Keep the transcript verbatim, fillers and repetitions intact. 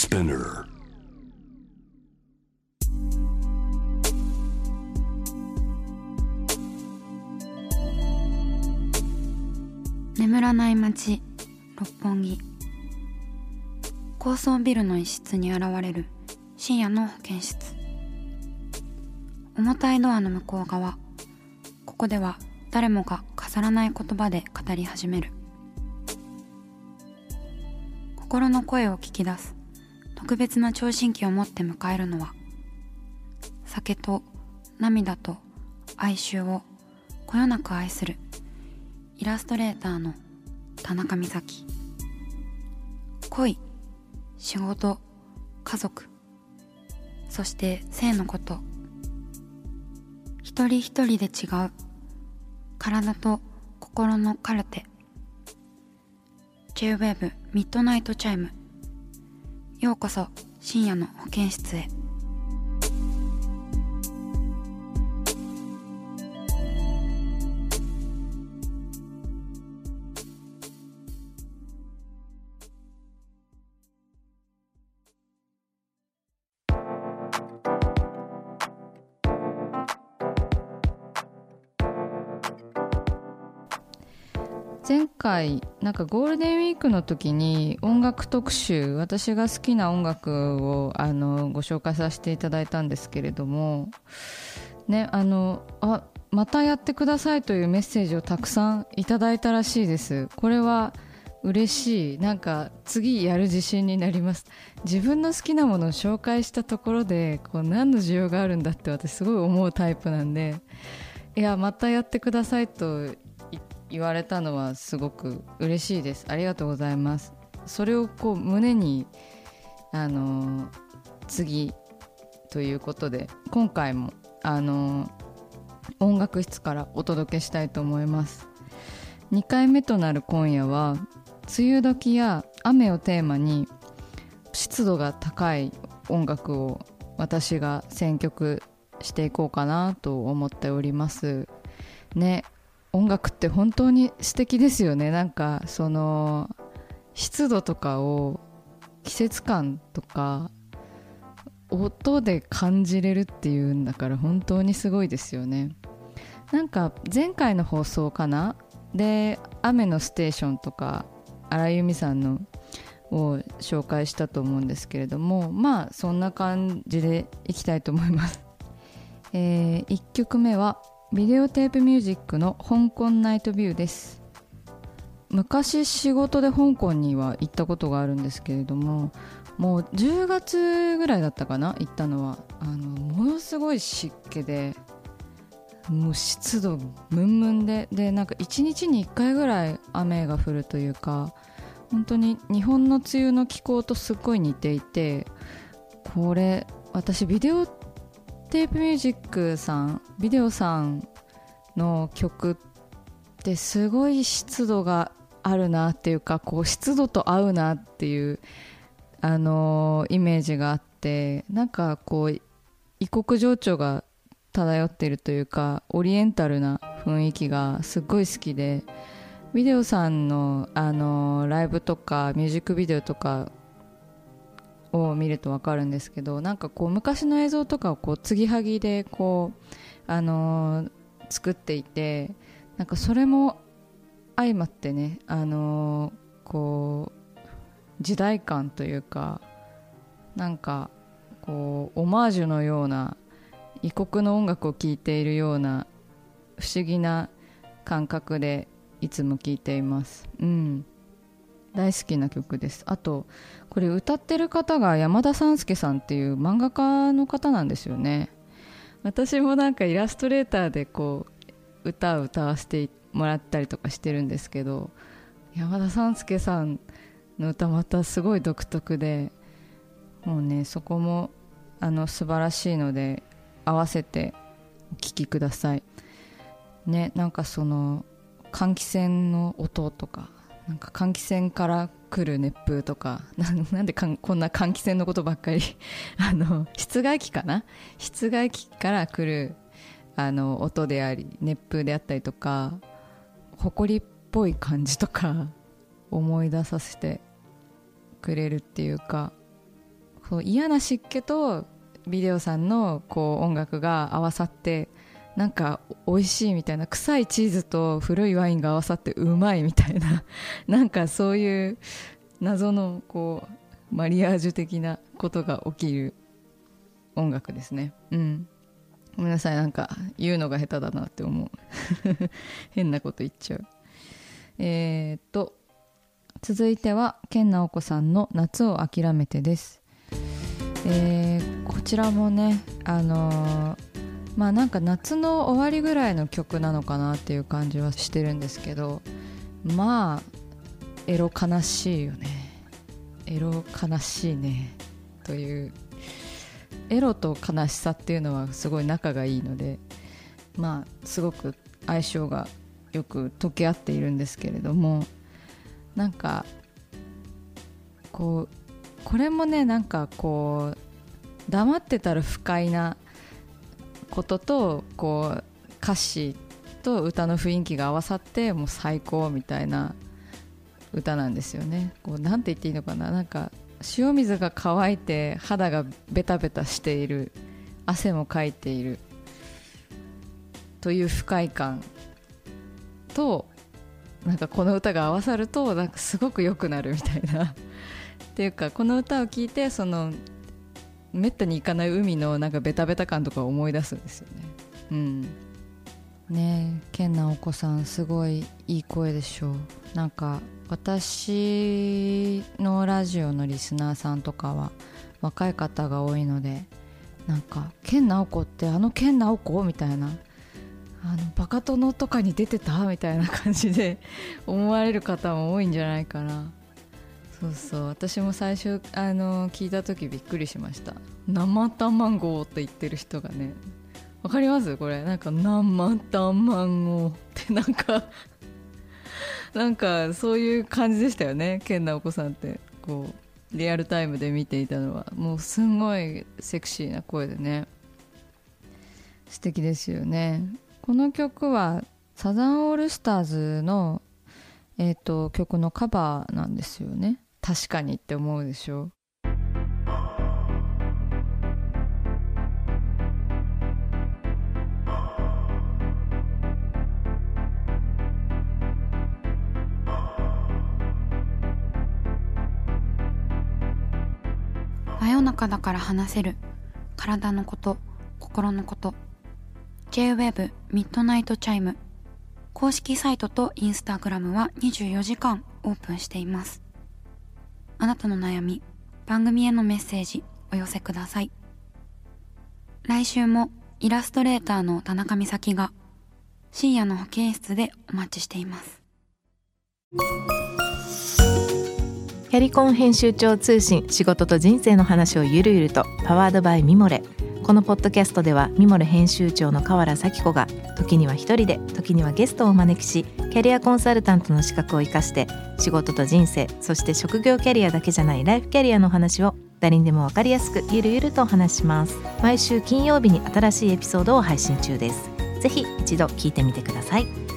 Spinner. 眠らない街六本木。高層ビルの一室に現れる深夜の保健室。重たいドアの向こう側、ここでは誰もが飾らない言葉で語り始める。心の声を聞き出す特別な聴診器を持って迎えるのは、酒と涙と哀愁をこよなく愛するイラストレーターの田中美咲。恋、仕事、家族、そして性のこと、一人一人で違う体と心のカルテ。 J-Wave ミッドナイトチャイム。ようこそ深夜の保健室へ。 前回なんかゴールデンウィークの時に音楽特集、私が好きな音楽をあのご紹介させていただいたんですけれどもね、あのあまたやってくださいというメッセージをたくさんいただいたらしいです。これは嬉しい。なんか次やる自信になります。自分の好きなものを紹介したところでこう何の需要があるんだって私すごい思うタイプなんで、いやまたやってくださいと言われたのはすごく嬉しいです。ありがとうございます。それをこう胸にあの次ということで今回もあの音楽室からお届けしたいと思います。にかいめとなる今夜は梅雨時や雨をテーマに湿度が高い音楽を私が選曲していこうかなと思っておりますね。音楽って本当に素敵ですよね。なんかその湿度とかを季節感とか音で感じれるっていうんだから本当にすごいですよね。なんか前回の放送かなで雨のステーションとか荒井由実さんのを紹介したと思うんですけれども、まあそんな感じでいきたいと思います。えー、いっきょくめはビデオテープミュージックの香港ナイトビューです。昔仕事で香港には行ったことがあるんですけれども、もうじゅうがつぐらいだったかな行ったのは。あのものすごい湿気でもう湿度ムンムンででなんかいちにちにいっかいぐらい雨が降るというか、本当に日本の梅雨の気候とすっごい似ていて、これ私ビデオテープミュージックさんビデオさんの曲ってすごい湿度があるなっていうか、こう湿度と合うなっていうあのー、イメージがあって、なんかこう異国情緒が漂っているというかオリエンタルな雰囲気がすっごい好きで、ビデオさんの、あのー、ライブとかミュージックビデオとかを見ると分かるんですけど、なんかこう昔の映像とかをこう継ぎはぎでこう、あのー、作っていて、なんかそれも相まってね、あのー、こう時代感というか、なんかこうオマージュのような異国の音楽を聴いているような不思議な感覚でいつも聴いています。うん、大好きな曲です。あとこれ歌ってる方が山田三助さんっていう漫画家の方なんですよね。私もなんかイラストレーターでこう歌を歌わせてもらったりとかしてるんですけど、山田三助さんの歌またすごい独特で、もうねそこもあの素晴らしいので合わせてお聴きくださいね。なんかその換気扇の音とか、なんか換気扇から来る熱風とか、 な, なんでかんこんな換気扇のことばっかりあの室外機かな室外機から来るあの音であり熱風であったりとか、埃っぽい感じとか思い出させてくれるっていうか、 そう嫌な湿気とビデオさんのこう音楽が合わさってなんか美味しいみたいな、臭いチーズと古いワインが合わさってうまいみたいななんかそういう謎のこうマリアージュ的なことが起きる音楽ですね。うん、ごめんなさい、なんか言うのが下手だなって思う変なこと言っちゃう。えー、っと続いては研ナオコさんの夏を諦めてです。えー、こちらもねあのー、まあなんか夏の終わりぐらいの曲なのかなっていう感じはしてるんですけど、まあエロ悲しいよね、エロ悲しいねという、エロと悲しさっていうのはすごい仲がいいので、まあすごく相性がよく溶け合っているんですけれども、なんかこうこれもねなんかこう黙ってたら不快なこととこう歌詞と歌の雰囲気が合わさってもう最高みたいな歌なんですよね。こうなんて言っていいのかな、なんか塩水が乾いて肌がベタベタしている、汗もかいているという不快感と、なんかこの歌が合わさるとなんかすごく良くなるみたいなっていうか、この歌を聴いてそのめったに行かない海のなんかベタベタ感とかを思い出すんですよね。うんねえ、研ナオコさんすごいいい声でしょう。なんか私のラジオのリスナーさんとかは若い方が多いので、なんか研ナオコってあの研ナオコみたいな、あのバカ殿とかに出てたみたいな感じで思われる方も多いんじゃないかな。そうそう、私も最初あの聞いた時びっくりしました。生卵って言ってる人がね、わかりますこれ、なんか生卵ってなんかなんかそういう感じでしたよね、研ナオコさんって。こうリアルタイムで見ていたのはもうすんごいセクシーな声でね、素敵ですよね。この曲はサザンオールスターズの、えーと、曲のカバーなんですよね。確かにって思うでしょ。 真夜中だから話せる体のこと、心のこと。 J-ウェブ ミッドナイトチャイム公式サイトとインスタグラムはにじゅうよじかんオープンしています。あなたの悩み、番組へのメッセージお寄せください。来週もイラストレーターの田中美咲が深夜の保健室でお待ちしています。 キャリコン編集長通信、仕事と人生の話をゆるゆると、パワードバイミモレ。このポッドキャストではミモレ編集長の河原咲子が時には一人で時にはゲストをお招きし、キャリアコンサルタントの資格を生かして仕事と人生、そして職業キャリアだけじゃないライフキャリアの話を誰にでも分かりやすくゆるゆるとお話します。毎週金曜日に新しいエピソードを配信中です。ぜひ一度聞いてみてください。